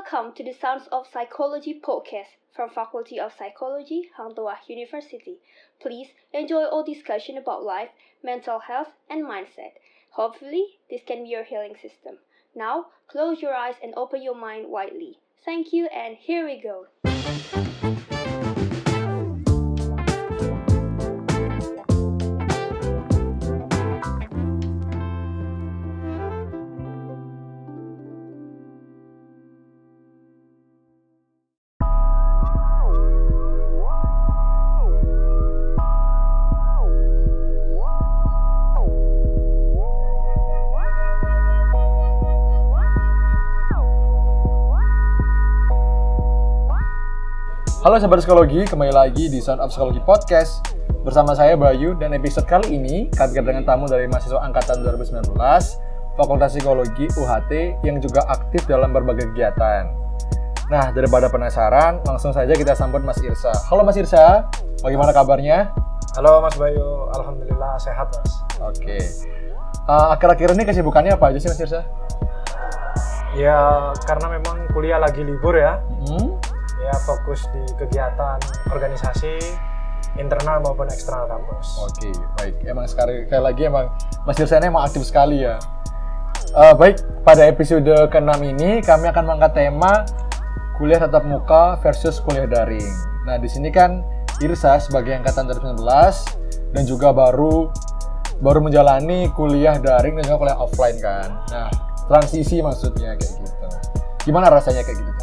welcome to the Sounds of Psychology podcast from Faculty of Psychology, Hang Tuah University. Please enjoy our discussion about life, mental health, and mindset. Hopefully, this can be your healing system. Now, close your eyes and open your mind widely. Thank you, and here we go. Halo Sahabat Psikologi, kembali lagi di Sound of Psychology Podcast. Bersama saya Bayu, dan episode kali ini kami kedatangan tamu dari mahasiswa angkatan 2019 Fakultas Psikologi UHT yang juga aktif dalam berbagai kegiatan. Nah, daripada penasaran, langsung saja kita sambut Mas Irsa. Halo Mas Irsa, bagaimana kabarnya? Halo Mas Bayu, alhamdulillah sehat Mas. Oke. Akhir-akhir ini kesibukannya apa aja sih Mas Irsa? Ya, karena memang kuliah lagi libur ya. Ya, fokus di kegiatan organisasi internal maupun eksternal kampus. Oke, baik. Emang sekali lagi emang Mas Irsa ini emang aktif sekali ya. Baik, pada episode ke-6 ini kami akan mengangkat tema kuliah tatap muka versus kuliah daring. Nah, di sini kan Irsa sebagai angkatan 2019 dan juga baru menjalani kuliah daring dan juga kuliah offline kan. Nah, transisi maksudnya kayak gitu. Gimana rasanya kayak gitu?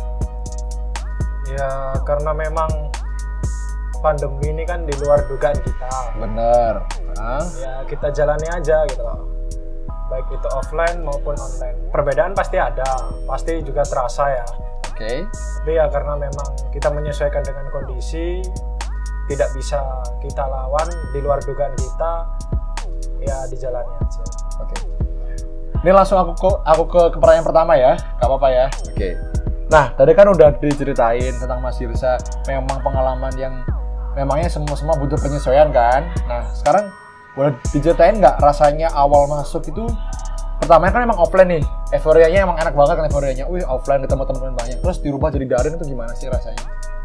Ya, karena memang pandemi ini kan di luar dugaan kita. Bener. Ya, kita jalani aja gitu loh. Baik itu offline maupun online. Perbedaan pasti ada, pasti juga terasa ya. Oke. Tapi ya karena memang kita menyesuaikan dengan kondisi, tidak bisa kita lawan di luar dugaan kita, ya dijalani aja. Oke. Ini langsung aku ke pertanyaan pertama ya, nggak apa-apa ya. Oke. Nah, tadi kan udah diceritain tentang Mas Irsa, memang pengalaman yang memangnya semua butuh penyesuaian kan. Nah, sekarang boleh diceritain nggak rasanya awal masuk itu? Pertamanya kan emang offline nih, euforianya emang enak banget kan euforianya. Offline ketemu teman-teman banyak, terus dirubah jadi daring itu gimana sih rasanya?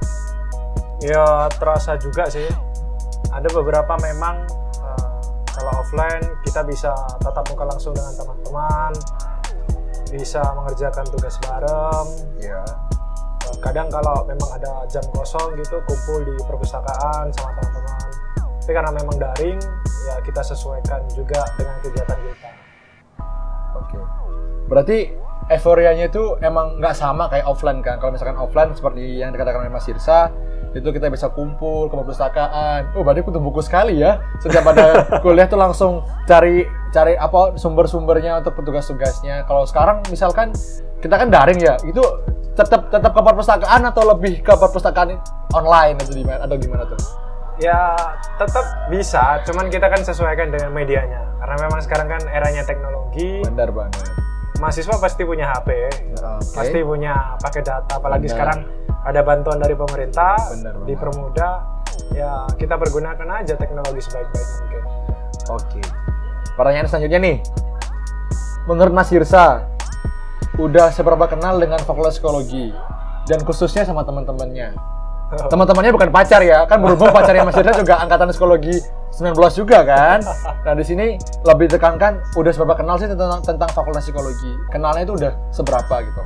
Ya, terasa juga sih. Ada beberapa memang kalau offline kita bisa tatap muka langsung dengan teman-teman, bisa mengerjakan tugas bareng. Iya. Kadang kalau memang ada jam kosong gitu, kumpul di perpustakaan sama teman-teman. Tapi karena memang daring, ya kita sesuaikan juga dengan kegiatan kita. Oke. Berarti euforianya itu emang nggak sama kayak offline kan? Kalau misalkan offline seperti yang dikatakan oleh Mas Irsa, itu kita bisa kumpul ke perpustakaan. Berarti kutu buku sekali ya. Setiap pada kuliah tuh langsung cari apa sumber-sumbernya untuk tugas-tugasnya. Kalau sekarang misalkan kita kan daring ya, itu tetap ke perpustakaan atau lebih ke perpustakaan online atau gimana tuh? Ya tetap bisa, cuman kita kan sesuaikan dengan medianya. Karena memang sekarang kan eranya teknologi. Benar banget. Mahasiswa pasti punya HP, pasti punya pakai data, apalagi sekarang ada bantuan dari pemerintah, dipermudah. Ya kita pergunakan aja teknologi sebaik-baik mungkin. Oke. Pertanyaan selanjutnya nih, menurut Mas Irsa, udah seberapa kenal dengan Fakultas Psikologi dan khususnya sama teman-temannya? Teman-temannya bukan pacar ya, kan berhubung pacarnya Mas Irsa juga angkatan Psikologi 19 juga kan. Nah di sini lebih tekankan udah seberapa kenal sih tentang Fakultas Psikologi? Kenalnya itu udah seberapa gitu?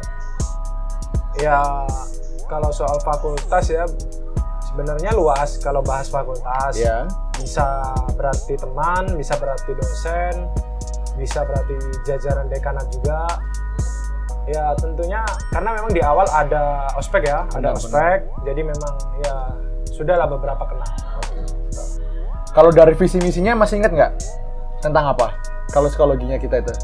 Ya kalau soal fakultas ya sebenarnya luas. Kalau bahas fakultas bisa berarti teman, bisa berarti dosen, bisa berarti jajaran dekanat juga. Ya tentunya karena memang di awal ada ospek ya, ospek. Jadi memang ya sudahlah beberapa kenal. Kalau dari visi misinya masih ingat nggak tentang apa? Kalau psikologinya kita itu?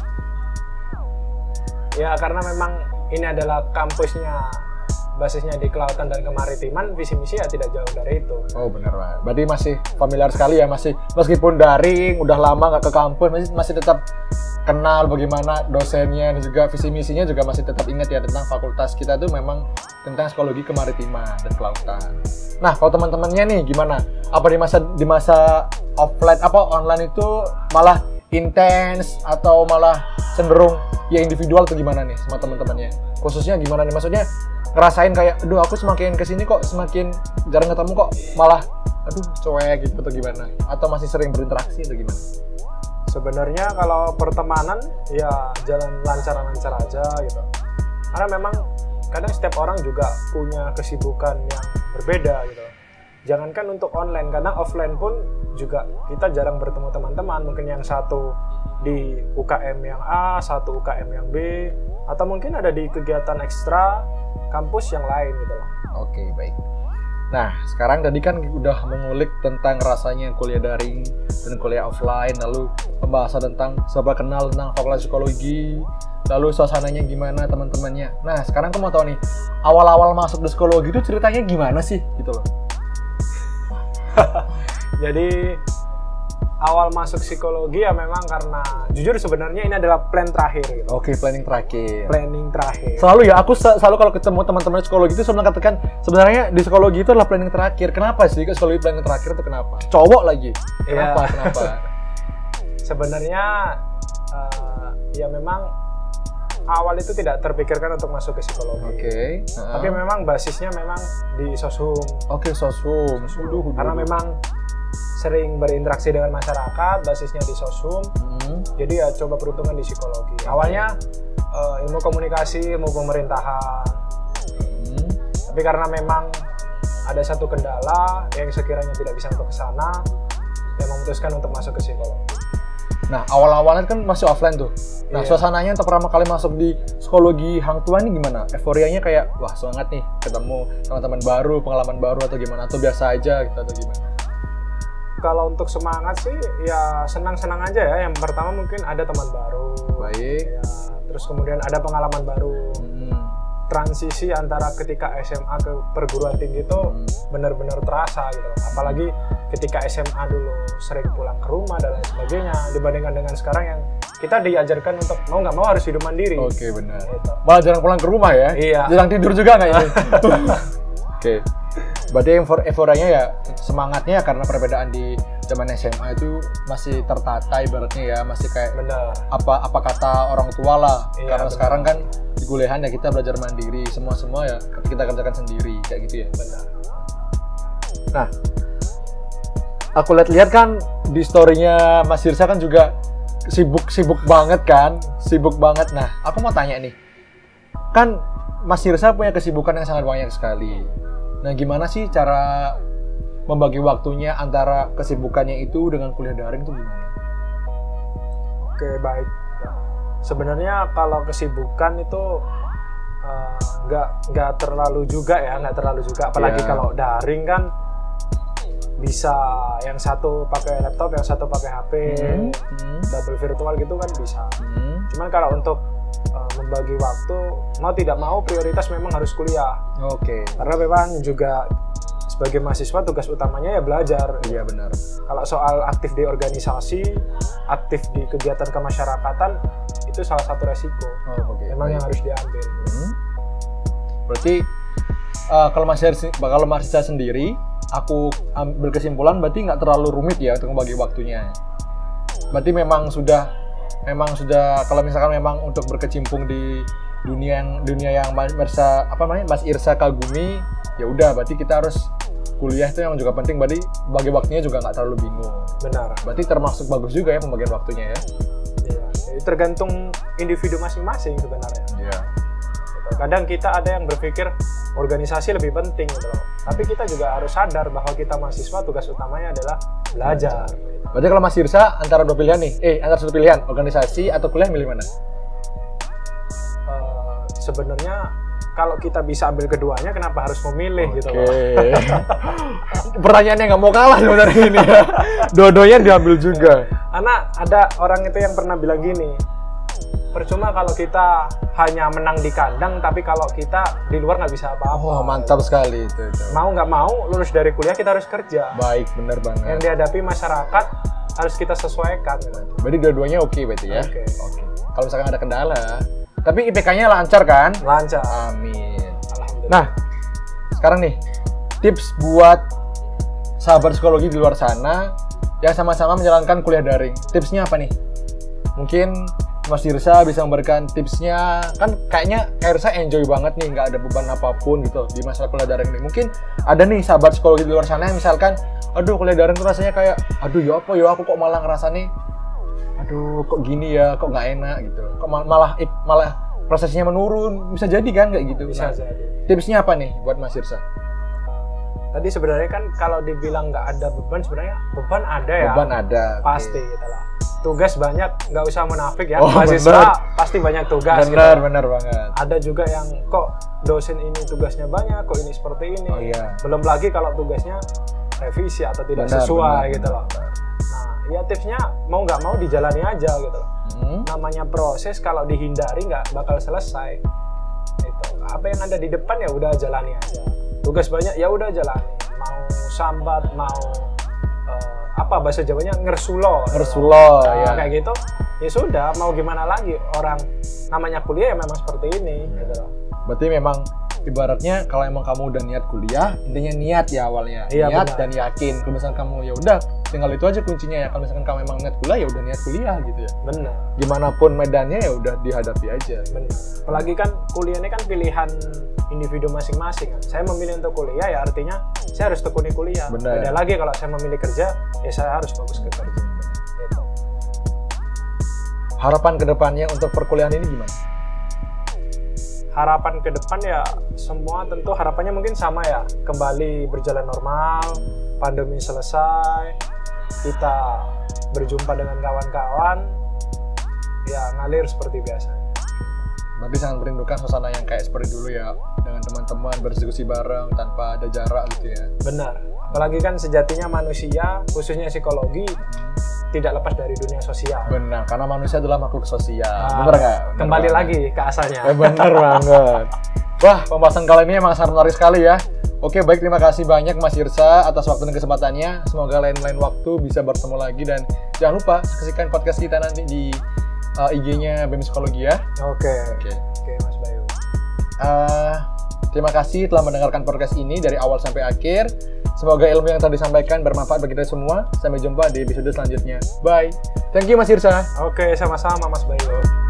Ya karena memang ini adalah kampusnya, basisnya di kelautan dan kemaritiman, visi misi ya tidak jauh dari itu. Oh benar banget. Berarti masih familiar sekali ya, masih meskipun daring, udah lama nggak ke kampus, masih tetap kenal bagaimana dosennya dan juga visi misinya juga masih tetap ingat ya tentang fakultas kita tuh memang tentang psikologi kemaritiman dan kelautan. Nah kalau teman-temannya nih gimana? Apa di masa offline online itu malah intens atau malah cenderung ya individual atau gimana nih sama teman-temannya? Khususnya gimana nih? Maksudnya ngerasain kayak, aduh aku semakin kesini kok semakin jarang ketemu kok malah aduh cuek gitu atau gimana? Atau masih sering berinteraksi atau gimana? Sebenarnya kalau pertemanan ya jalan lancar-lancar aja gitu. Karena memang kadang setiap orang juga punya kesibukan yang berbeda gitu. Jangankan untuk online, kadang offline pun juga kita jarang bertemu teman-teman. Mungkin yang satu di UKM yang A, satu UKM yang B, atau mungkin ada di kegiatan ekstra kampus yang lain gitu loh. Oke, baik. Nah, sekarang tadi kan udah mengulik tentang rasanya kuliah daring dan kuliah offline, lalu pembahasan tentang coba kenal tentang fakultas psikologi, lalu suasananya gimana teman-temannya. Nah, sekarang aku mau tahu nih, awal-awal masuk di psikologi itu ceritanya gimana sih gitu loh. Jadi awal masuk psikologi ya memang karena jujur sebenarnya ini adalah plan terakhir gitu. Oke, planning terakhir. Planning terakhir. Selalu ya, aku selalu kalau ketemu teman-teman psikologi itu selalu katakan sebenarnya di psikologi itu adalah planning terakhir. Kenapa sih ke psikologi planning terakhir itu kenapa? Cowok lagi. Kenapa? Iya. Kenapa? Sebenarnya ya memang awal itu tidak terpikirkan untuk masuk ke psikologi. Oke. Tapi memang basisnya memang di Soshum. Oke, Soshum. Karena memang sering berinteraksi dengan masyarakat, basisnya di Soshum. Jadi ya coba peruntungan di psikologi. Awalnya ilmu komunikasi, ilmu pemerintahan. Tapi karena memang ada satu kendala yang sekiranya tidak bisa untuk ke sana, ya memutuskan untuk masuk ke psikologi. Nah, awal-awalnya kan masih offline tuh. Nah, Iya. suasananya untuk pertama kali masuk di psikologi Hang Tuah ini gimana? Euforianya kayak, wah semangat nih, ketemu teman-teman baru, pengalaman baru atau gimana? Atau biasa aja gitu atau gimana? Kalau untuk semangat sih ya senang-senang aja ya. Yang pertama mungkin ada teman baru. Baik. Ya, terus kemudian ada pengalaman baru. Transisi antara ketika SMA ke perguruan tinggi itu benar-benar terasa gitu. Apalagi ketika SMA dulu sering pulang ke rumah dan lain sebagainya dibandingkan dengan sekarang yang kita diajarkan untuk mau nggak mau harus hidup mandiri. Oke, benar. Gitu. Malah jarang pulang ke rumah ya? Iya. Jarang tidur juga nggak ini? Oke. Berarti euforianya ya semangatnya karena perbedaan di zaman SMA itu masih tertata ibaratnya ya, masih kayak Benar. apa kata orang tua lah. Iya, Karena benar. sekarang kan di kuliahan ya kita belajar mandiri, semua ya kita kerjakan sendiri kayak gitu ya. Benar. Nah, aku lihat kan di story-nya Mas Hirsa kan juga sibuk banget kan, sibuk banget. Nah, aku mau tanya nih, kan Mas Hirsa punya kesibukan yang sangat banyak sekali. Nah, gimana sih cara membagi waktunya antara kesibukannya itu dengan kuliah daring itu gimana? Oke, baik. Sebenarnya kalau kesibukan itu nggak terlalu juga ya, nggak terlalu juga. Apalagi Iya. kalau daring kan bisa yang satu pakai laptop, yang satu pakai HP, double virtual gitu kan bisa. Cuman kalau untuk membagi waktu, mau tidak mau prioritas memang harus kuliah. Oke. Karena memang juga sebagai mahasiswa tugas utamanya ya belajar. Iya benar. Kalau soal aktif di organisasi, aktif di kegiatan kemasyarakatan, itu salah satu resiko. Oh, oke. Memang yang harus diambil. Berarti kalau Mas Hirsa sendiri, aku ambil kesimpulan berarti nggak terlalu rumit ya untuk membagi waktunya. Berarti memang sudah kalau misalkan memang untuk berkecimpung di dunia yang Mas Hirsa kagumi, ya udah berarti kita harus kuliah itu yang juga penting, berarti bagi waktunya juga nggak terlalu bingung. Benar. Berarti termasuk bagus juga ya pembagian waktunya ya. Iya. Jadi tergantung individu masing-masing sebenarnya. Iya. Gitu. Kadang kita ada yang berpikir organisasi lebih penting gitu loh. Tapi kita juga harus sadar bahwa kita mahasiswa tugas utamanya adalah belajar. Berarti kalau Mas Hirsa antara dua pilihan nih, antara satu pilihan organisasi atau kuliah, milih mana? Sebenarnya kalau kita bisa ambil keduanya, kenapa harus memilih gitu loh? Pertanyaannya nggak mau kalah sebenarnya ini ya. Dua-duanya diambil juga. Karena ada orang itu yang pernah bilang gini, percuma kalau kita hanya menang di kandang, tapi kalau kita di luar nggak bisa apa-apa. Wah, mantap sekali itu. Mau nggak mau, lulus dari kuliah kita harus kerja. Baik, benar banget. Yang dihadapi masyarakat harus kita sesuaikan. Berarti dua-duanya oke berarti ya? Oke. Kalau misalkan ada kendala, tapi IPK-nya lancar kan? Lancar. Amin. Alhamdulillah. Nah, sekarang nih, tips buat sahabat psikologi di luar sana yang sama-sama menjalankan kuliah daring. Tipsnya apa nih? Mungkin Mas Irsa bisa memberikan tipsnya. Kan kayaknya Irsa enjoy banget nih, nggak ada beban apapun gitu di masa kuliah daring ini. Mungkin ada nih sahabat psikologi di luar sana yang misalkan, aduh kuliah daring tuh rasanya kayak, aduh ya apa ya aku kok malah ngerasa nih, aduh kok gini ya, kok nggak enak gitu, kok malah prosesnya menurun. Bisa jadi kan kayak gitu. Bisa jadi. Tipsnya apa nih buat Mas Irsa? Tadi sebenarnya kan kalau dibilang nggak ada beban, sebenarnya beban ada ya. Beban ada. Pasti gitu lah. Tugas banyak, nggak usah munafik ya. Oh, mahasiswa pasti banyak tugas. Bener, gitu. bener banget. Ada juga yang kok dosen ini tugasnya banyak, kok ini seperti ini. Oh, iya. Belum lagi kalau tugasnya revisi atau tidak sesuai gitu loh. Nah, ya tipsnya mau nggak mau dijalani aja gitu loh. Namanya proses, kalau dihindari nggak bakal selesai. Itu. Apa yang ada di depan ya udah jalani aja. Tugas banyak ya udah jalani. Mau sambat, mau apa bahasa Jawanya ngersulo Ya. kayak gitu ya sudah, mau gimana lagi, orang namanya kuliah ya memang seperti ini gitu loh. Berarti memang ibaratnya kalau emang kamu udah niat kuliah, intinya niat ya awalnya. Iya, Niat benar. dan yakin. Kalau misalkan kamu ya udah, tinggal itu aja kuncinya ya. Kalau misalkan kamu emang niat kuliah ya udah niat kuliah gitu ya. Benar. Gimana pun medannya ya udah dihadapi aja. Benar. Apalagi kan kuliah ini kan pilihan individu masing-masing kan. Saya memilih untuk kuliah ya artinya saya harus tekuni kuliah. Benar. Beda lagi kalau saya memilih kerja ya saya harus fokus ke kerja. Gitu. Harapan kedepannya untuk perkuliahan ini gimana? Harapan ke depan ya semua tentu harapannya mungkin sama ya, kembali berjalan normal, pandemi selesai, kita berjumpa dengan kawan-kawan ya ngalir seperti biasa. Berarti sangat merindukan suasana yang kayak seperti dulu ya, dengan teman-teman berdiskusi bareng tanpa ada jarak gitu ya. Benar, apalagi kan sejatinya manusia khususnya psikologi tidak lepas dari dunia sosial. Benar, karena manusia adalah makhluk sosial. Bener nggak? Kembali lagi ke asalnya. Bener banget. Wah, pembahasan kali ini emang sangat menarik sekali ya. Oke, baik, terima kasih banyak Mas Irsa atas waktu dan kesempatannya. Semoga lain-lain waktu bisa bertemu lagi, dan jangan lupa saksikan podcast kita nanti di IG-nya BEM Psikologi ya. Oke, Mas Bayu. Terima kasih telah mendengarkan podcast ini dari awal sampai akhir. Semoga ilmu yang telah disampaikan bermanfaat bagi kita semua. Sampai jumpa di episode selanjutnya. Bye. Thank you Mas Irsa. Oke, sama-sama Mas Bayu.